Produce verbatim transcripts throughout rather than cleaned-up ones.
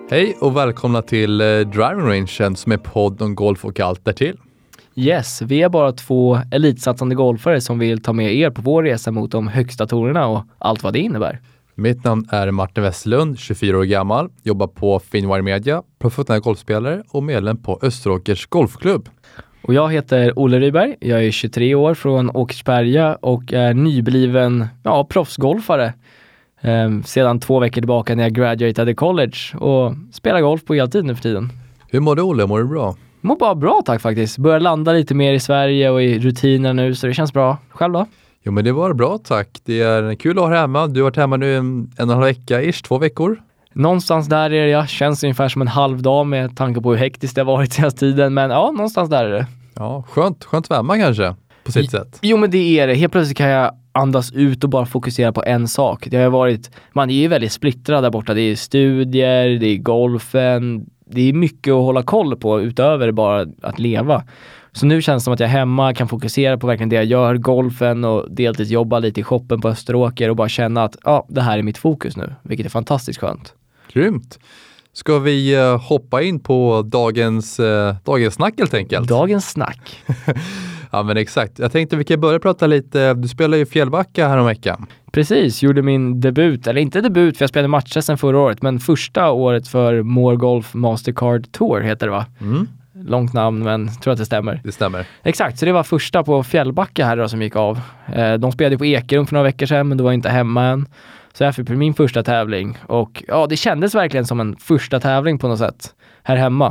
Hej och välkomna till eh, Driving Rangen som är podd om golf och allt därtill. Yes, vi är bara två elitsatsande golfare som vill ta med er på vår resa mot de högsta torerna och allt vad det innebär. Mitt namn är Martin Westerlund, tjugofyra år gammal, jobbar på Finwire Media, professionell golfspelare och medlem på Österåkers golfklubb. Och jag heter Olle Ryberg, jag är tjugotre år från Åkersberga och är nybliven ja, proffsgolfare. Eh, sedan två veckor tillbaka när jag graduatade college och spelar golf på heltid nu för tiden. Hur mår du, Olle? Mår du bra? Mår bara bra tack faktiskt. Börjar landa lite mer i Sverige och i rutiner nu så det känns bra. Själv då? Jo men det var bra tack. Det är kul att ha dig hemma. Du har varit hemma nu en, en och en halv vecka, ish, två veckor. Någonstans där är det, ja. Känns ungefär som en halv dag med tanke på hur hektiskt det har varit senaste tiden. Men ja, någonstans där är det. Ja, skönt. Skönt att vara hemma kanske, på sitt sätt. Jo men det är det. Helt plötsligt kan jag andas ut och bara fokusera på en sak. Det har varit, man är ju väldigt splittrad där borta. Det är studier, det är golfen. Det är mycket att hålla koll på utöver bara att leva. Så nu känns det som att jag är hemma, kan fokusera på verkligen det jag gör, golfen och deltidsjobba lite i shoppen på Österåker och bara känna att ja, det här är mitt fokus nu, vilket är fantastiskt skönt. Grymt. Ska vi uh, hoppa in på dagens, uh, dagens snack helt enkelt? Dagens snack. Ja men exakt. Jag tänkte vi kan börja prata lite, du spelar ju Fjällbacka här om veckan. Precis, gjorde min debut, eller inte debut för jag spelade matcher sen förra året, men första året för More Golf Mastercard Tour heter det va? Mm. Långt namn men tror att det stämmer. Det stämmer. Exakt, så det var första på Fjällbacka här då som gick av. Eh, de spelade på Ekerum för några veckor sedan men det var inte hemma än. Så jag fick min första tävling och ja, det kändes verkligen som en första tävling på något sätt här hemma.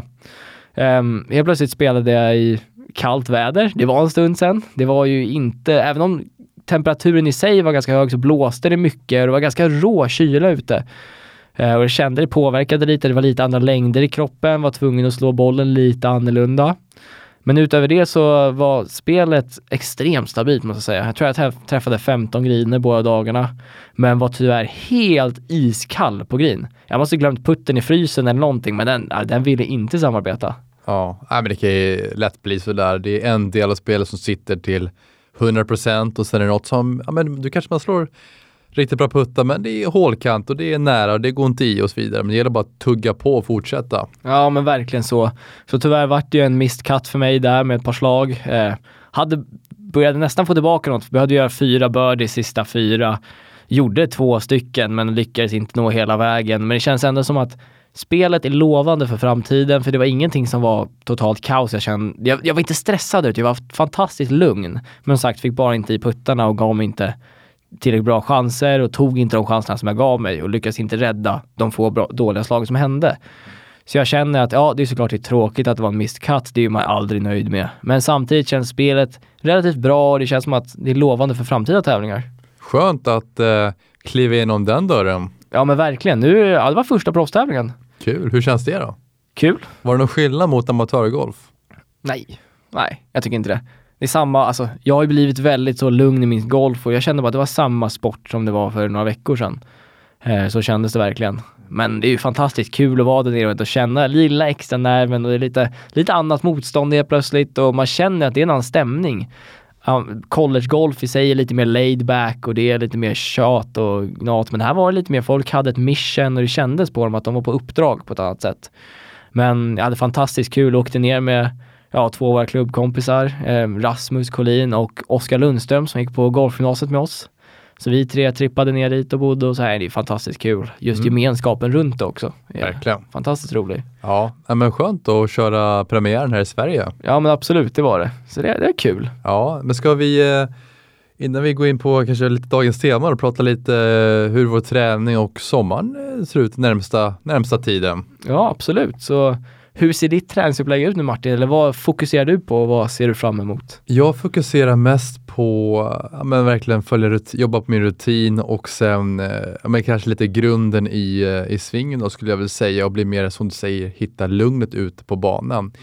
Um, helt plötsligt spelade jag i kallt väder, det var en stund sedan. Det var ju inte, även om temperaturen i sig var ganska hög så blåste det mycket och det var ganska rå kyla ute. Uh, och jag kände det påverkade lite, det var lite andra längder i kroppen, var tvungen att slå bollen lite annorlunda. Men utöver det så var spelet extremt stabilt måste jag säga. Jag tror att jag träffade femton griner båda dagarna. Men var tyvärr helt iskall på green. Jag måste glömt putten i frysen eller någonting. Men den, den ville inte samarbeta. Ja, men det kan ju lätt bli så där. Det är en del av spelet som sitter till hundra procent. Och sen är det något som, ja men du kanske man slår riktigt bra putta. Men det är hålkant och det är nära och det går inte i och så vidare. Men det gäller bara att tugga på och fortsätta. Ja men verkligen så. Så tyvärr var det ju en missed cut för mig där med ett par slag. Eh, hade, började nästan få tillbaka något. Behövde göra fyra birdies sista fyra. Gjorde två stycken men lyckades inte nå hela vägen. Men det känns ändå som att spelet är lovande för framtiden. För det var ingenting som var totalt kaos. Jag, kände, jag, jag var inte stressad ut. Jag var fantastiskt lugn. Men sagt fick bara inte i puttarna och gav mig inte tillräckligt bra chanser och tog inte de chanserna som jag gav mig och lyckades inte rädda de få bra, dåliga slag som hände. Så jag känner att ja, det är såklart det är tråkigt att det var en missed cut, det är man aldrig nöjd med. Men samtidigt känns spelet relativt bra och det känns som att det är lovande för framtida tävlingar. Skönt att eh, kliva igenom den dörren. Ja men verkligen, nu, ja, det var första proffstävlingen. Kul, hur känns det då? Kul. Var det någon skillnad mot amatörgolf? Nej, nej, jag tycker inte det. Det är samma, alltså jag har ju blivit väldigt så lugn i min golf och jag kände bara att det var samma sport som det var för några veckor sedan. Eh, så kändes det verkligen. Men det är ju fantastiskt kul att vara där nere och känna lilla extra nerven och det är lite, lite annat motstånd helt plötsligt och man känner att det är en annan stämning. Um, collegegolf i sig är lite mer laid back och det är lite mer tjat och gnat, men här var det lite mer, folk hade ett mission och det kändes på dem att de var på uppdrag på ett annat sätt. Men jag hade fantastiskt kul och åkte ner med ja, två av våra klubbkompisar, eh, Rasmus Collin och Oskar Lundström som gick på golfgymnasiet med oss. Så vi tre trippade ner dit och bodde och så här, det är fantastiskt kul. Just mm. gemenskapen runt också. Ja, verkligen. Fantastiskt rolig. Ja, men skönt att köra premiären här i Sverige. Ja, men absolut, det var det. Så det, det är kul. Ja, men ska vi, innan vi går in på kanske lite dagens tema och prata lite hur vår träning och sommaren ser ut närmsta, närmsta tiden. Ja, absolut. Så hur ser ditt träningsupplägg ut nu Martin? Eller vad fokuserar du på och vad ser du fram emot? Jag fokuserar mest på ja, men verkligen följa rut- jobba på min rutin och sen ja, men kanske lite grunden i, i svingen då skulle jag väl säga och bli mer som du säger hitta lugnet ute på banan. Mm.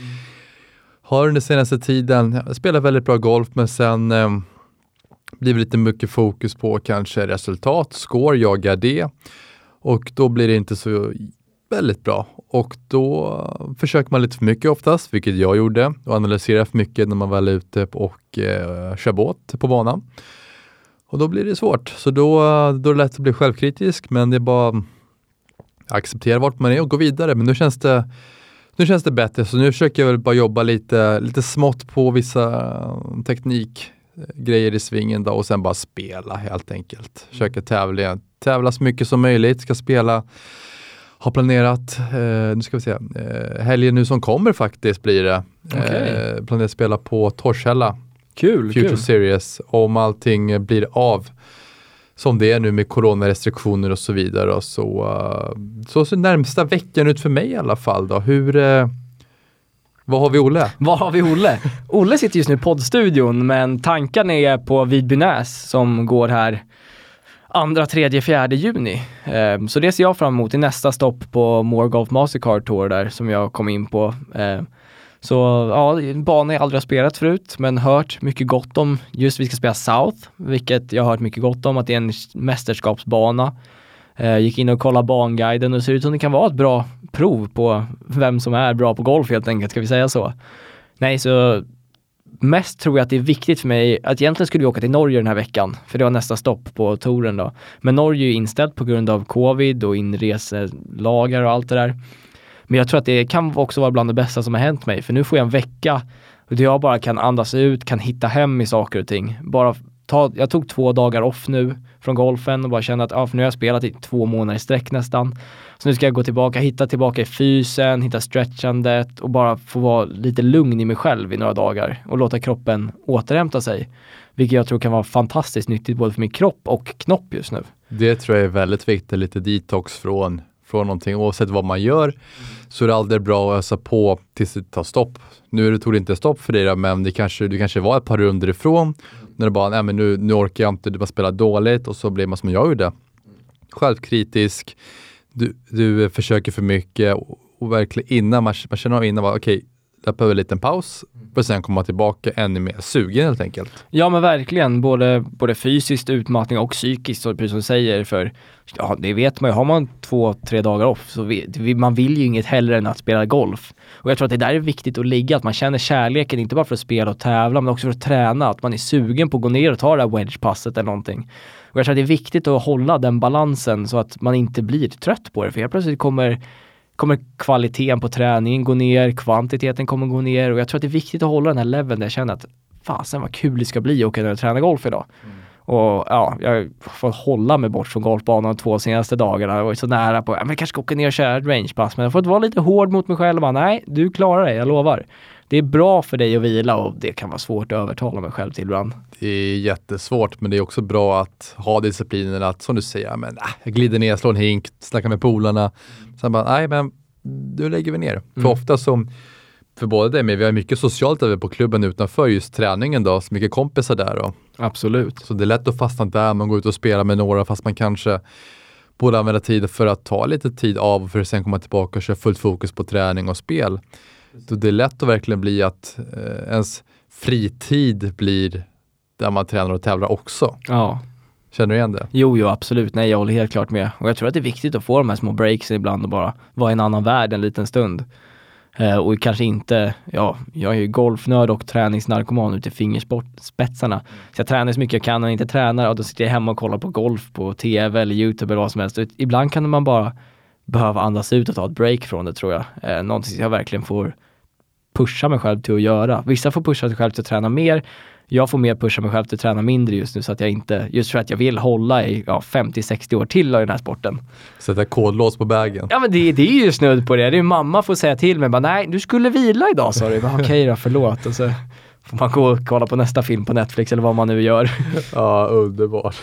Har under senaste tiden jag spelar väldigt bra golf men sen eh, blir det lite mycket fokus på kanske resultat, score, jaga det och då blir det inte så väldigt bra och då försöker man lite för mycket oftast, vilket jag gjorde och analyserar för mycket när man väl är ute och eh, kör båt på banan och då blir det svårt så då, då är det lätt att bli självkritisk men det är bara acceptera vart man är och gå vidare. Men nu känns det, nu känns det bättre. Så nu försöker jag väl bara jobba lite, lite smått på vissa teknikgrejer i svingen då, och sen bara spela helt enkelt. Försöka tävla, tävla så mycket som möjligt. Ska spela, har planerat, eh, nu ska vi se, eh, helgen nu som kommer faktiskt blir det. Okay. Eh, planerar att spela på Torshälla. Kul, Future kul. Series, om allting blir av som det är nu med coronarestriktioner och så vidare. Och så, uh, så ser närmsta veckan ut för mig i alla fall då. Hur, uh, vad har vi Olle? Vad har vi Olle? Olle sitter just nu i poddstudion, men tanken är på Vidbynäs som går här andra, tredje, fjärde juni. Uh, så det ser jag fram emot i nästa stopp på More Golf Mastercard Tour där som jag kom in på. Uh, Så ja, en bana jag aldrig har spelat förut, men hört mycket gott om. Just vi ska spela South, vilket jag har hört mycket gott om, att det är en mästerskapsbana. Eh, gick in och kollade banguiden och det ser ut som det kan vara ett bra prov på vem som är bra på golf helt enkelt, ska vi säga så. Nej, så mest tror jag att det är viktigt för mig, att egentligen skulle vi åka till Norge den här veckan, för det var nästa stopp på touren då. Men Norge är ju inställt på grund av covid och inreselagar och allt det där. Men jag tror att det kan också vara bland det bästa som har hänt mig. För nu får jag en vecka där jag bara kan andas ut, kan hitta hem i saker och ting. Bara ta, jag tog två dagar off nu från golfen och bara kände att ja, för nu har jag spelat i två månader i sträck nästan. Så nu ska jag gå tillbaka, hitta tillbaka i fysen, hitta stretchandet och bara få vara lite lugn i mig själv i några dagar. Och låta kroppen återhämta sig. Vilket jag tror kan vara fantastiskt nyttigt både för min kropp och knopp just nu. Det tror jag är väldigt viktigt, lite detox från från någonting, oavsett vad man gör, mm. så är det aldrig bra att ösa på tills det tar stopp. Nu tog det inte stopp för dig, men det kanske, du kanske var ett par runder ifrån, mm. när du bara, nej men nu, nu orkar jag inte, du bara spelar dåligt, och så blir man som jag gjorde. Självkritisk, du, du försöker för mycket, och, och verkligen innan, man, man känner av innan, okej, okay, jag behöver en liten paus, för sen komma tillbaka ännu mer sugen helt enkelt. Ja men verkligen, både, både fysiskt utmattning och psykiskt, så precis som du säger, för ja, det vet man ju, har man två, tre dagar off så vet, man vill ju inget hellre än att spela golf. Och jag tror att det där är viktigt att ligga, att man känner kärleken inte bara för att spela och tävla, men också för att träna, att man är sugen på att gå ner och ta det här wedge-passet eller någonting. Och jag tror att det är viktigt att hålla den balansen så att man inte blir trött på det, för helt plötsligt kommer kommer kvaliteten på träningen gå ner, kvantiteten kommer gå ner, och jag tror att det är viktigt att hålla den här leveln där jag känner att fasen vad kul det ska bli att kunna träna golf idag. Mm. Och ja, jag får hålla mig bort från golfbanan de två senaste dagarna. Jag var så nära på, ja, men jag kanske ska åka ner och köra ett rangepass, men jag får vara lite hård mot mig själv och bara, nej, du klarar det, jag lovar. Det är bra för dig att vila, och det kan vara svårt att övertala mig själv till ibland. Det är jättesvårt, men det är också bra att ha disciplinen, att som du säger, men, äh, jag glider ner, slår en hink, snackar med polarna. Mm. Sen bara, nej men du lägger vi ner. Mm. För ofta som, för både det, men vi har mycket socialt över på klubben utanför just träningen då, så mycket kompisar där då. Absolut. Så det är lätt att fastna där, man går ut och spelar med några, fast man kanske borde använda tid för att ta lite tid av, för att sen komma tillbaka och köra fullt fokus på träning och spel. Så det är lätt att verkligen bli att eh, ens fritid blir där man tränar och tävlar också. Ja. Känner du igen det? Jo, jo, absolut. Nej, jag håller helt klart med. Och jag tror att det är viktigt att få de här små breaks ibland och bara vara i en annan värld en liten stund. Eh, och kanske inte, ja, jag är ju golfnörd och träningsnarkoman ute i fingerspetsarna. Mm. Så jag tränar så mycket jag kan och inte tränar, och då sitter jag hemma och kollar på golf på tv eller YouTube eller vad som helst. Och ibland kan man bara behöva andas ut och ta ett break från det, tror jag. Eh, någonting jag verkligen får pusha mig själv till att göra. Vissa får pusha sig själv till att träna mer. Jag får mer pusha mig själv till att träna mindre just nu, så att jag inte, just för att jag vill hålla i ja, femtio sextio år till av den här sporten. Sätta kodlås på bagen. Ja, men det, det är ju snudd på det. Det är mamma får säga till mig, bara, nej, du skulle vila idag, sa du. Okej okay, då, förlåt. Och så får man gå och kolla på nästa film på Netflix eller vad man nu gör. Ja, underbart.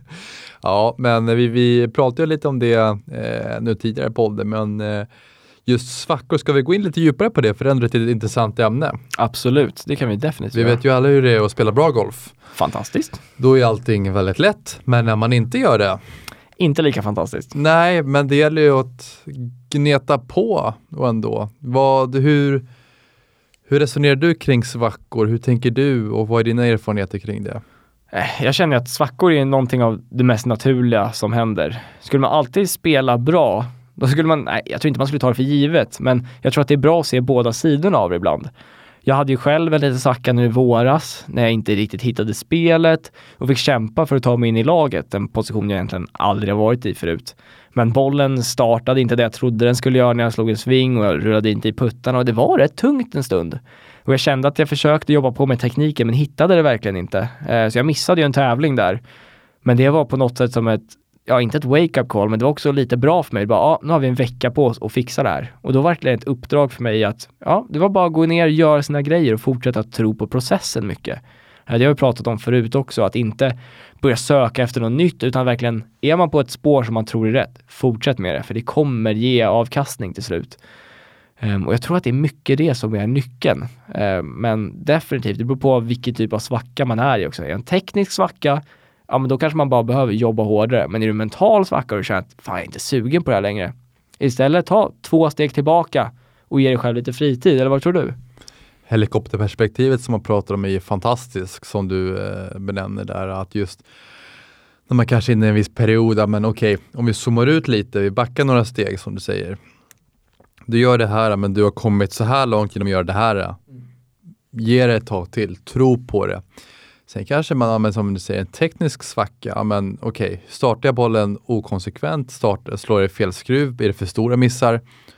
Ja, men vi, vi pratade ju lite om det eh, nu tidigare på podden, men eh, just svackor, ska vi gå in lite djupare på det, för det är ändå ett intressant ämne. Absolut, det kan vi definitivt Vi göra. vet ju alla hur det är att spela bra golf. Fantastiskt. Då är allting väldigt lätt, men när man inte gör det. Inte lika fantastiskt. Nej, men det gäller ju att gneta på och ändå. Vad, hur, hur resonerar du kring svackor? Hur tänker du, och vad är dina erfarenheter kring det? Jag känner att svackor är någonting av det mest naturliga som händer. Skulle man alltid spela bra, då skulle man, nej, jag tror inte man skulle ta det för givet, men jag tror att det är bra att se båda sidorna av det ibland. Jag hade ju själv en liten svacka nu i våras när jag inte riktigt hittade spelet och fick kämpa för att ta mig in i laget, en position jag egentligen aldrig har varit i förut. Men bollen startade inte det jag trodde den skulle göra när jag slog en sving och jag rullade inte i puttarna och det var rätt tungt en stund. Och jag kände att jag försökte jobba på med tekniken men hittade det verkligen inte. Så jag missade ju en tävling där. Men det var på något sätt som ett, ja inte ett wake-up call, men det var också lite bra för mig. Bara, ja, nu har vi en vecka på oss att fixa det här. Och då var det ett uppdrag för mig att, ja, det var bara att gå ner, göra sina grejer och fortsätta att tro på processen mycket. Det har jag pratat om förut också, att inte börja söka efter något nytt, utan verkligen, är man på ett spår som man tror är rätt, fortsätt med det, för det kommer ge avkastning till slut. Um, och jag tror att det är mycket det som är nyckeln. Um, men definitivt, det beror på vilken typ av svacka man är i också. Är en teknisk svacka, ja men då kanske man bara behöver jobba hårdare. Men är du mental svacka och du känner att fan, jag är inte sugen på det här längre. Istället ta två steg tillbaka och ge dig själv lite fritid, eller vad tror du? Helikopterperspektivet som man pratar om är fantastiskt, som du eh, benämner där, att just när man kanske är inne i en viss period, men okej, om vi zoomar ut lite, vi backar några steg som du säger. Du gör det här, men du har kommit så här långt genom att göra det här. Mm. Ge det ett tag till, tro på det. Sen kanske man använder, som du säger, en teknisk svacka. Men okej, okay, startar jag bollen okonsekvent, startar, slår jag fel skruv, är det för stora missar?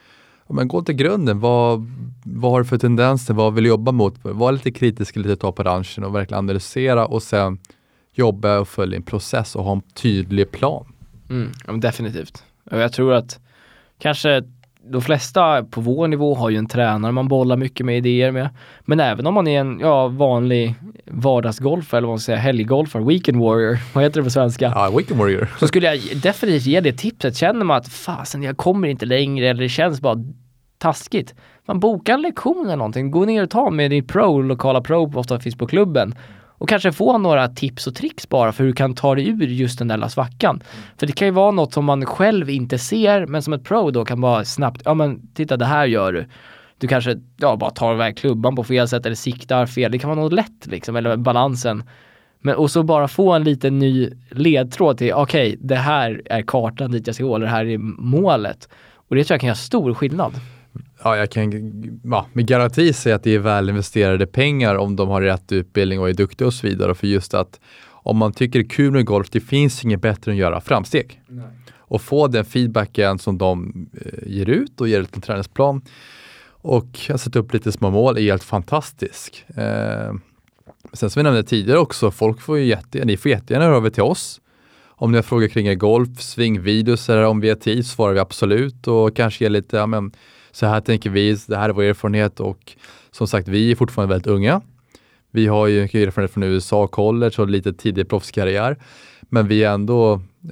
Men gå till grunden, vad, vad har du för tendenser, vad vill du jobba mot? Var lite kritisk, lite ta på ranchen och verkligen analysera och sen jobba och följa en process och ha en tydlig plan. Mm, ja, definitivt. Och jag tror att kanske de flesta på vår nivå har ju en tränare man bollar mycket med idéer med. Men även om man är en ja, vanlig vardagsgolfare, eller vad man säger, helggolfare, weekend warrior, vad heter det på svenska? Ja, weekend warrior. Så skulle jag definitivt ge det tipset. Känner man att fasen, jag kommer inte längre eller det känns bara taskigt. Man bokar en lektion eller någonting. Gå ner och ta med din pro, lokala pro, ofta finns på klubben. Och kanske få några tips och tricks bara för hur du kan ta dig ur just den där lilla svackan. Mm. För det kan ju vara något som man själv inte ser, men som ett pro då kan bara snabbt, ja men titta, det här gör du. Du kanske ja, bara tar iväg klubban på fel sätt eller siktar fel. Det kan vara något lätt liksom, eller balansen. Men, och så bara få en liten ny ledtråd till, okej, okay, det här är kartan dit jag ska gå, eller det här är målet. Och det tror jag kan göra stor skillnad. Ja, jag kan ja, med garanti säga att det är väl investerade pengar om de har rätt utbildning och är duktiga och så vidare. För just att om man tycker det är kul med golf, det finns inget bättre än att göra framsteg. Nej. Och få den feedbacken som de eh, ger ut och ger ut en träningsplan. Och jag sätter upp lite små mål är helt fantastisk. Eh, sen som vi nämnde tidigare också, folk får ju jätte, ni får jättegärna höra över till oss. Om ni har frågor kring er golf, svingvideos eller om vi har tid, svarar vi absolut. Och kanske ge lite, ja men så här tänker vi, det här är vår erfarenhet och som sagt, vi är fortfarande väldigt unga. Vi har ju erfarenhet från U S A, college och lite tidig proffskarriär. Men vi är ändå,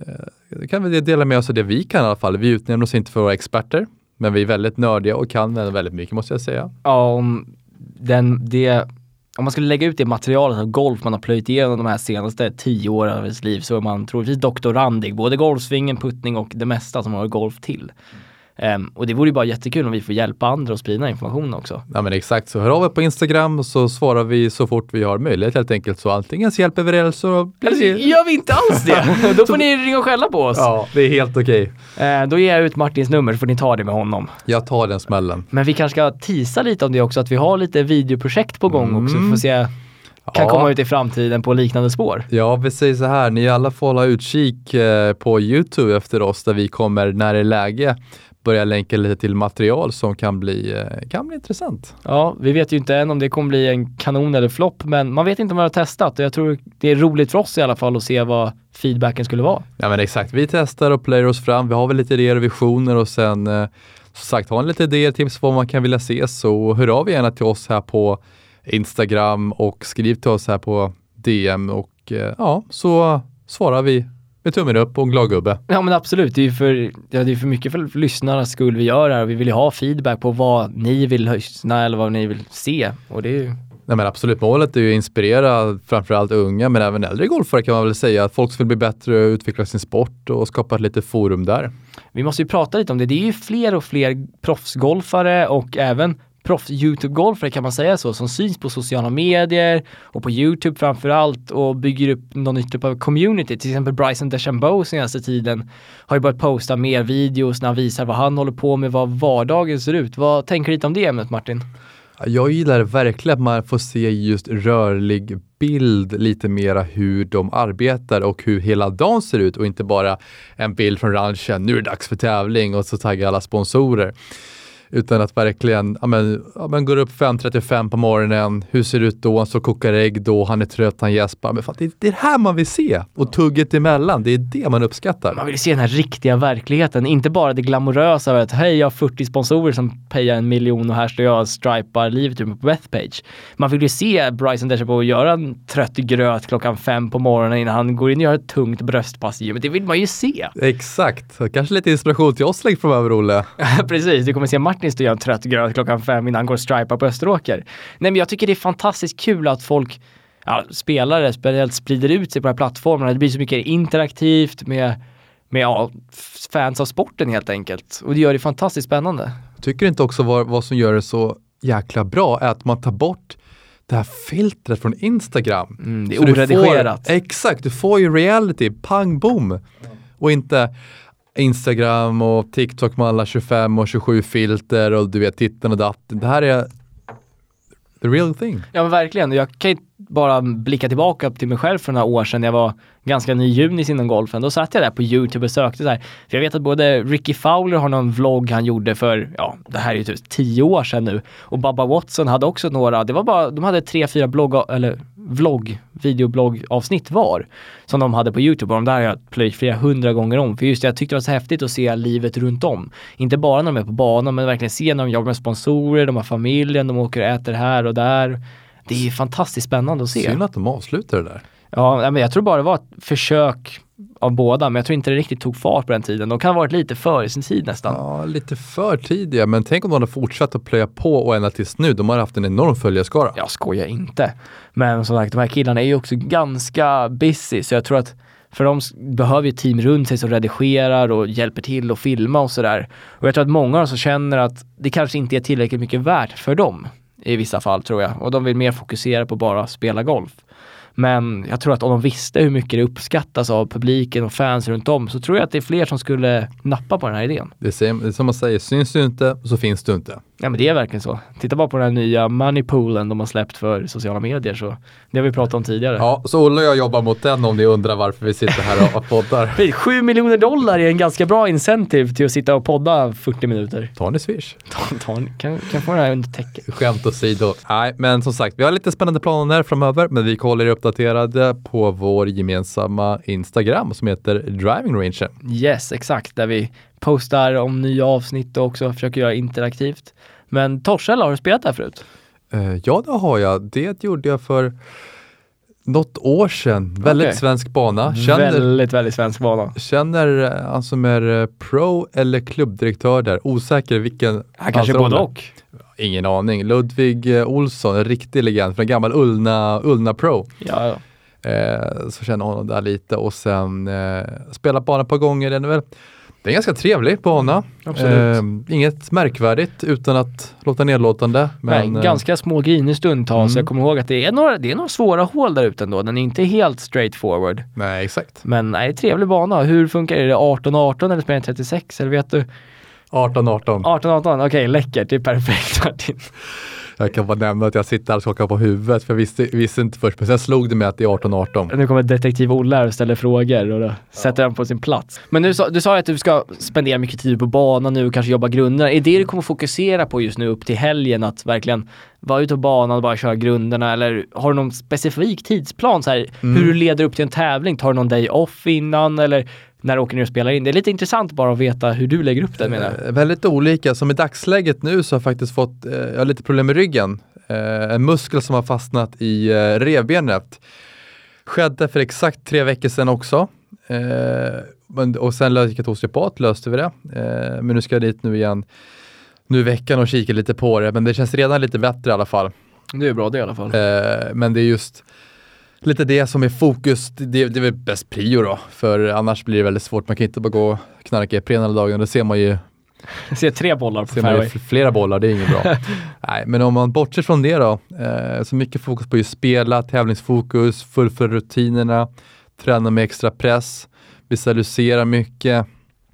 eh, kan vi dela med oss av det vi kan i alla fall. Vi utnämner oss inte för att vara experter, men vi är väldigt nördiga och kan väldigt mycket måste jag säga. Ja, om, den, det, om man skulle lägga ut det materialet av golf man har plöjt igenom de här senaste tio åren av sitt liv så är man troligtvis doktorandig. Både golfsvingen, puttning och det mesta som har golf till. Um, och det vore ju bara jättekul om vi får hjälpa andra att sprida information också. Ja men exakt, så hör av er på Instagram och så svarar vi så fort vi har möjlighet helt enkelt. Så antingen så hjälper vi er så eller så gör vi inte alls det. Då får ni ringa och skälla på oss. Ja, det är helt okej. Okay. Uh, då ger jag ut Martins nummer så får ni ta det med honom. Jag tar den smällen. Men vi kanske ska tisa lite om det också, att vi har lite videoprojekt på gång mm. också. För att se kan ja. komma ut i framtiden på liknande spår. Ja, vi säger så här, ni i alla fall hålla utkik eh, på YouTube efter oss där vi kommer när det är läge börja länka lite till material som kan bli, kan bli intressant. Ja, vi vet ju inte än om det kommer bli en kanon eller flopp, men man vet inte om man har testat och jag tror det är roligt för oss i alla fall att se vad feedbacken skulle vara. Ja men exakt, vi testar och playar oss fram. Vi har väl lite idéer och visioner och sen som sagt har ni lite idéer, tips vad man kan vilja se så hör av gärna till oss här på Instagram och skriv till oss här på D M och ja, så svarar vi med tummen upp och en glad gubbe. Ja men absolut, det är ju för, ja, det är för mycket för, för lyssnarnas skull vi gör här. Vi vill ju ha feedback på vad ni vill lyssna eller vad ni vill se. Och det är ju... Nej men absolut, målet är ju att inspirera framförallt unga men även äldre golfare kan man väl säga. Att folk vill bli bättre och utveckla sin sport och skapa ett litet forum där. Vi måste ju prata lite om det. Det är ju fler och fler proffsgolfare och även proffs-YouTube-golfare kan man säga så, som syns på sociala medier och på YouTube framförallt och bygger upp någon nytt typ av community. Till exempel Bryson DeChambeau senaste tiden har ju börjat posta mer videos när han visar vad han håller på med, vad vardagen ser ut. Vad tänker du lite om det ämnet, Martin? Jag gillar verkligen att man får se just rörlig bild lite mera hur de arbetar och hur hela dagen ser ut och inte bara en bild från ranchen, nu är det dags för tävling och så taggar alla sponsorer. Utan att verkligen, ja men, ja men går upp fem trettiofem på morgonen, hur ser det ut då, han så kokar ägg då, han är trött, han gäspar. Men fan, det är det här man vill se. Och tugget emellan, det är det man uppskattar. Man vill se den här riktiga verkligheten, inte bara det glamorösa av att hej, jag har fyrtio sponsorer som pejar en miljon och här står jag och stripar livet ur på Bethpage. Man vill ju se Bryson DeChambeau göra en trött gröt klockan fem på morgonen innan han går in och gör ett tungt bröstpass i gymmet. Det vill man ju se. Exakt. Kanske lite inspiration till oss lägg framöver, Olle. Precis, du kommer se Martin stå och göra en trött gröt klockan fem innan han går och stripar på Österåker. Nej, men jag tycker det är fantastiskt kul att folk, ja, spelare speciellt, sprider ut sig på de här plattformarna. Det blir så mycket interaktivt med, med ja, fans av sporten helt enkelt. Och det gör det fantastiskt spännande. Tycker inte också vad, vad som gör det så jäkla bra är att man tar bort det här filtret från Instagram. Mm, det är oredigerat. Får, exakt, du får ju reality, pang, boom. Mm. Och inte Instagram och TikTok med alla tjugofem och tjugosju filter och du vet titten och datten. Det här är the real thing. Ja, men verkligen. Jag kan ju bara blicka tillbaka till mig själv för några år sedan. Jag var ganska ny junis inom golfen. Då satt jag där på YouTube och sökte så här. För jag vet att både Ricky Fowler har någon vlogg han gjorde för, ja, det här är ju typ tio år sedan nu. Och Bubba Watson hade också några. Det var bara, de hade tre, fyra blogg, eller vlogg, videoblogg-avsnitt var. Som de hade på YouTube. Och de där har jag plöjt flera hundra gånger om. För just det, jag tyckte det var så häftigt att se livet runt om. Inte bara när de är på banan, men verkligen se när de jobbar med sponsorer, de har familjen, de åker och äter här och där. Det är fantastiskt spännande att se. Synd att de avslutar det där. Ja, men jag tror bara det var ett försök av båda, men jag tror inte det riktigt tog fart på den tiden. De kan ha varit lite för i sin tid nästan. Ja, lite för tidiga, men tänk om de hade fortsatt att plöja på och ända tills nu. De har haft en enorm följarskara. Jag skojar inte. Men som sagt, de här killarna är ju också ganska busy, så jag tror att för de behöver ju team runt sig som redigerar och hjälper till att filma och sådär. Och jag tror att många av så känner att det kanske inte är tillräckligt mycket värt för dem i vissa fall, tror jag. Och de vill mer fokusera på bara spela golf. Men jag tror att om de visste hur mycket det uppskattas av publiken och fans runt om, så tror jag att det är fler som skulle nappa på den här idén. Det är, det är som man säger, syns du inte så finns du inte. Ja, men det är verkligen så. Titta bara på den här nya moneypoolen de har släppt för sociala medier, så det har vi pratat om tidigare. Ja, så Olle och jag jobbar mot den om ni undrar varför vi sitter här och poddar. Sju miljoner dollar är en ganska bra incentive till att sitta och podda fyrtio minuter. Ta ni Swish. Ta, ta, kan, kan få det här under täcket. Skämt åsido. Nej, men som sagt, vi har lite spännande planer framöver, men vi håller er uppdaterade på vår gemensamma Instagram som heter Driving Range. Yes, exakt. Där vi postar om nya avsnitt och också försöker göra interaktivt. Men Torshälla, har du spelat där förut? Uh, ja, det har jag. Det gjorde jag för något år sedan. Väldigt okay. Svensk bana. Känner, väldigt, väldigt svensk bana. Känner han som är pro eller klubbdirektör där. Osäker vilken. Han kanske både och. Ingen aning. Ludvig Olsson, en riktig legend från en gammal Ullna, Ullna Pro. Ja, ja. Eh, så känner honom där lite och sen eh, spelat banan ett par gånger. Den är väl, det är en ganska trevlig bana. Eh, inget märkvärdigt utan att låta nedlåtande. Men, Nej, ganska små griner stundtals. Mm. Så jag kommer ihåg att det är, några, det är några svåra hål där ute ändå. Den är inte helt straightforward. Nej, exakt. Men nej, det är trevlig bana. Hur funkar det? Är det arton arton eller spelar det trettiosex? Eller vet du? arton arton. arton arton, okej, okay, läckert. Det är perfekt, Martin. Jag kan bara nämna att jag sitter här och skakar på huvudet för jag visste, visste inte först, men sen slog det med att det är arton arton. Nu kommer detektiv Olle och ställer frågor och då ja. Sätter han på sin plats. Men nu sa, du sa att du ska spendera mycket tid på banan nu och kanske jobba grunderna. Är det du kommer fokusera på just nu upp till helgen, att verkligen vara ute på banan och bara köra grunderna, eller har du någon specifik tidsplan så här, mm. hur du leder upp till en tävling? Tar du någon day off innan eller när du åker ner och spelar in? Det är lite intressant bara att veta hur du lägger upp det, menar jag. Eh, väldigt olika. Som i dagsläget nu så har jag faktiskt fått eh, jag har lite problem med ryggen. Eh, en muskel som har fastnat i eh, revbenet. Skedde för exakt tre veckor sedan också. Eh, men, och sen gick jag till osteopat, löste vi det. Eh, men nu ska jag dit nu igen. Nu i veckan och kika lite på det. Men det känns redan lite bättre i alla fall. Det är bra det i alla fall. Eh, men det är just lite det som är fokus, det, det är väl bäst prio då, för annars blir det väldigt svårt. Man kan inte bara gå och knarka i pren hela dagen, då ser man ju ser tre bollar på ser man ju flera bollar, det är inget bra. Nej, men om man bortser från det då, eh, så mycket fokus på just spela, tävlingsfokus, fullfölja rutinerna, träna med extra press, visualisera mycket.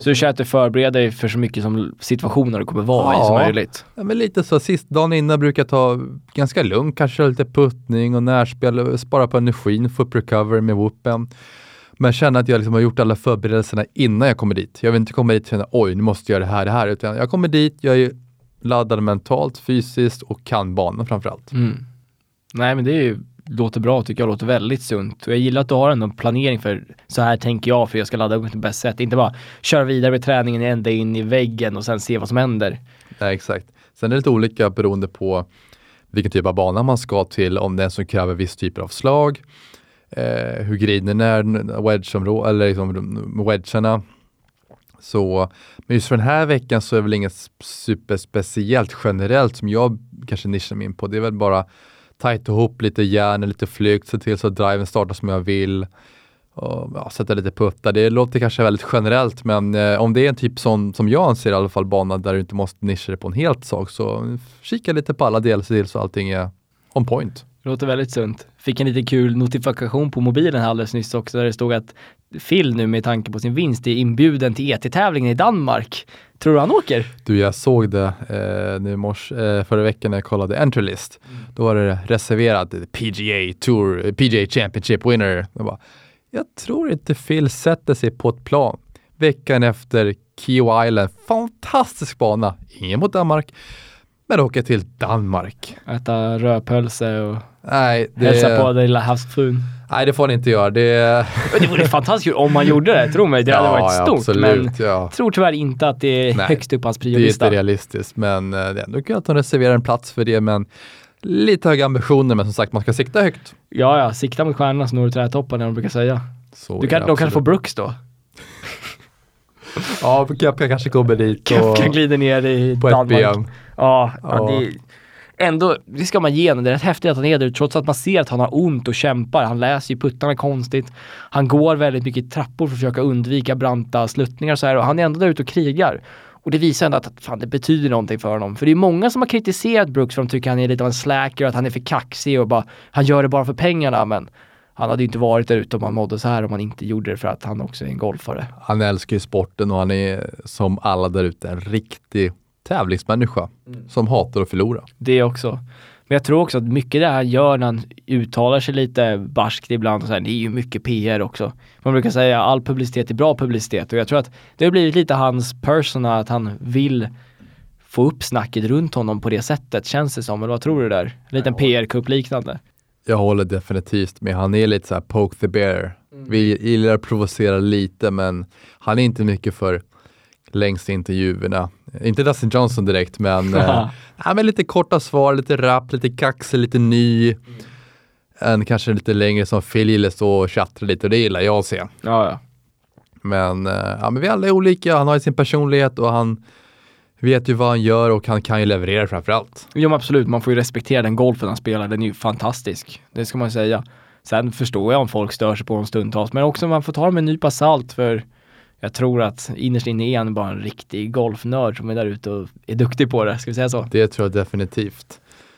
Så du kör att du förbereder dig för så mycket som situationer det kommer vara ja. i som möjligt? Ja, men lite så. Sist dagen innan brukar jag ta ganska lugnt, kanske köra lite puttning och närspel, spara på energin, få upp recovery med whoopen. Men känna att jag liksom har gjort alla förberedelserna innan jag kommer dit. Jag vill inte komma dit och känna, oj, nu måste jag göra det här, det här. Utan jag kommer dit, jag är laddad mentalt, fysiskt och kan banan framförallt. Mm. Nej, men det är ju, låter bra tycker jag, låter väldigt sunt. Och jag gillar att du har en planering för så här tänker jag för jag ska ladda upp på bäst sätt. Inte bara köra vidare med träningen ända in i väggen och sen se vad som händer. Nej, exakt. Sen är det lite olika beroende på vilken typ av bana man ska till, om det är en som kräver viss typer av slag. Eh, hur grinen är, wedge-området, eller liksom wedgerna. Så, men just för den här veckan så är det väl inget superspeciellt generellt som jag kanske nischar mig in på. Det är väl bara tajta ihop lite järn, lite flygt, se till så att driven startar som jag vill. Och, ja, sätta lite putta. Det låter kanske väldigt generellt, men eh, om det är en typ som, som jag anser i alla fall bana där du inte måste nischa dig på en helt sak, så kika lite på alla delar så till så allting är on point. Det låter väldigt sunt. Fick en lite kul notifikation på mobilen alldeles nyss också där det stod att Phil nu med tanke på sin vinst är inbjuden till E T-tävlingen i Danmark. Tror du han åker? Du, jag såg det eh, nu i morse, eh, förra veckan när jag kollade entry list. Mm. Då var det reserverat P G A Tour, P G A Championship winner. Jag, bara, jag tror inte Phil sätter sig på ett plan. Veckan efter Kio Island, fantastisk bana. Ingen mot Danmark. Men åker till Danmark. Äta rödpölse och Nej, det... hälsa på den lilla havsfrun. Nej, det får ni inte göra. Det, det vore fantastiskt om man gjorde det, tror mig. Det hade ja, varit stort. Ja, absolut, men ja. tror tyvärr inte att det är Nej, högst upp på hans priolista. Det är inte realistiskt, men det är ändå kul att de reserverar en plats för det. Men lite höga ambitioner, men som sagt, man ska sikta högt. Ja, ja. Sikta mot stjärnorna så når du trädtoppen, när de brukar säga. Så du kan, de kanske får Brooks då. Ja, Kep kan kanske komma dit. Kep kan glida ner i på Danmark. Ett ben. Ja, ja. ja det, ändå, det ska man ge honom. Det är rätt häftigt att han är där, trots att man ser att han har ont och kämpar. Han läser ju puttarna konstigt. Han går väldigt mycket i trappor för att försöka undvika branta sluttningar och så här. Och han är ändå där ute och krigar. Och det visar ändå att fan, det betyder någonting för honom. För det är många som har kritiserat Brooks för att de tycker att han är lite av en slacker och att han är för kaxig och bara, han gör det bara för pengarna. Men han hade ju inte varit där ute om han mådde så här om han inte gjorde det för att han också är en golfare. Han älskar ju sporten och han är som alla där ute en riktig tävlingsmänniska mm. som hatar att förlora. Det också. Men jag tror också att mycket det här gör när han uttalar sig lite barskt ibland och så här, det är ju mycket P R också. Man brukar säga all publicitet är bra publicitet och jag tror att det har blivit lite hans persona att han vill få upp snacket runt honom på det sättet, känns det som. Eller vad tror du där? En liten P R-kupp liknande. Jag håller definitivt med. Han är lite så här poke the bear. Mm. Vi gillar att provocera lite, men han är inte mycket för längst intervjuerna. Inte Dustin Johnson direkt, men, äh, ja, men lite korta svar, lite rap, lite kaxel, lite ny. Mm. En kanske lite längre som Phil gillar stå och chattra lite och det gillar jag att se. Ja, ja. Men, äh, ja, men vi alla är olika. Han har ju sin personlighet och han vet ju vad han gör och han kan ju leverera framförallt. Ja, absolut. Man får ju respektera den golfen han spelar. Den är ju fantastisk. Det ska man säga. Sen förstår jag om folk stör sig på dem stundtals. Men också man får ta dem med en nypa salt för jag tror att innerst inne är han bara en riktig golfnörd som är där ute och är duktig på det. Ska vi säga så? Det tror jag definitivt.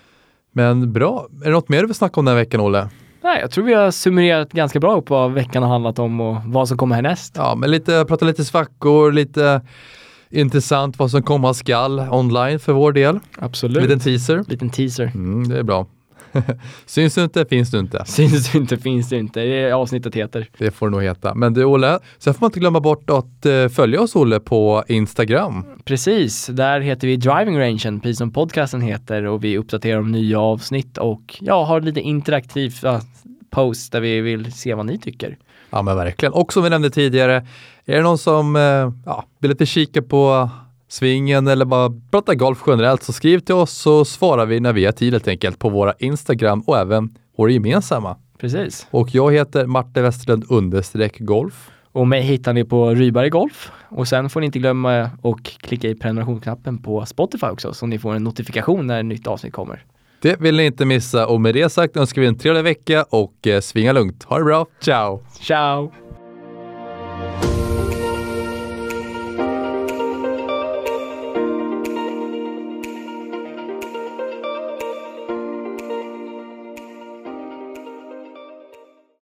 Men bra. Är det något mer du vill snacka om den här veckan, Olle? Nej, jag tror vi har summerat ganska bra upp vad veckan har handlat om och vad som kommer härnäst. Ja, men lite, prata lite svackor, lite intressant vad som komma skall online för vår del. Absolut. Liten teaser. Liten teaser. Mm, det är bra. Syns du inte, finns du inte. Syns du inte, finns du inte. Det är avsnittet heter. Det får det nog heta. Men du, Olle, så får man inte glömma bort att uh, följa oss, Olle, på Instagram. Precis, där heter vi Driving Rangen, precis som podcasten heter, och vi uppdaterar om nya avsnitt och ja, har lite interaktiva posts där vi vill se vad ni tycker. Ja, men verkligen. Och som vi nämnde tidigare, är det någon som uh, ja, vill lite kika på svingen eller bara prata golf generellt, så skriv till oss så svarar vi när vi har tid helt enkelt på våra Instagram och även våra gemensamma. Precis. Och jag heter Martin Westerlund understreck golf. Och mig hittar ni på Ryberg Golf. Och sen får ni inte glömma och klicka i prenumerationsknappen på Spotify också så ni får en notifikation när ett nytt avsnitt kommer. Det vill ni inte missa och med det sagt önskar vi en trevlig vecka och eh, svinga lugnt. Ha det bra. Ciao! Ciao!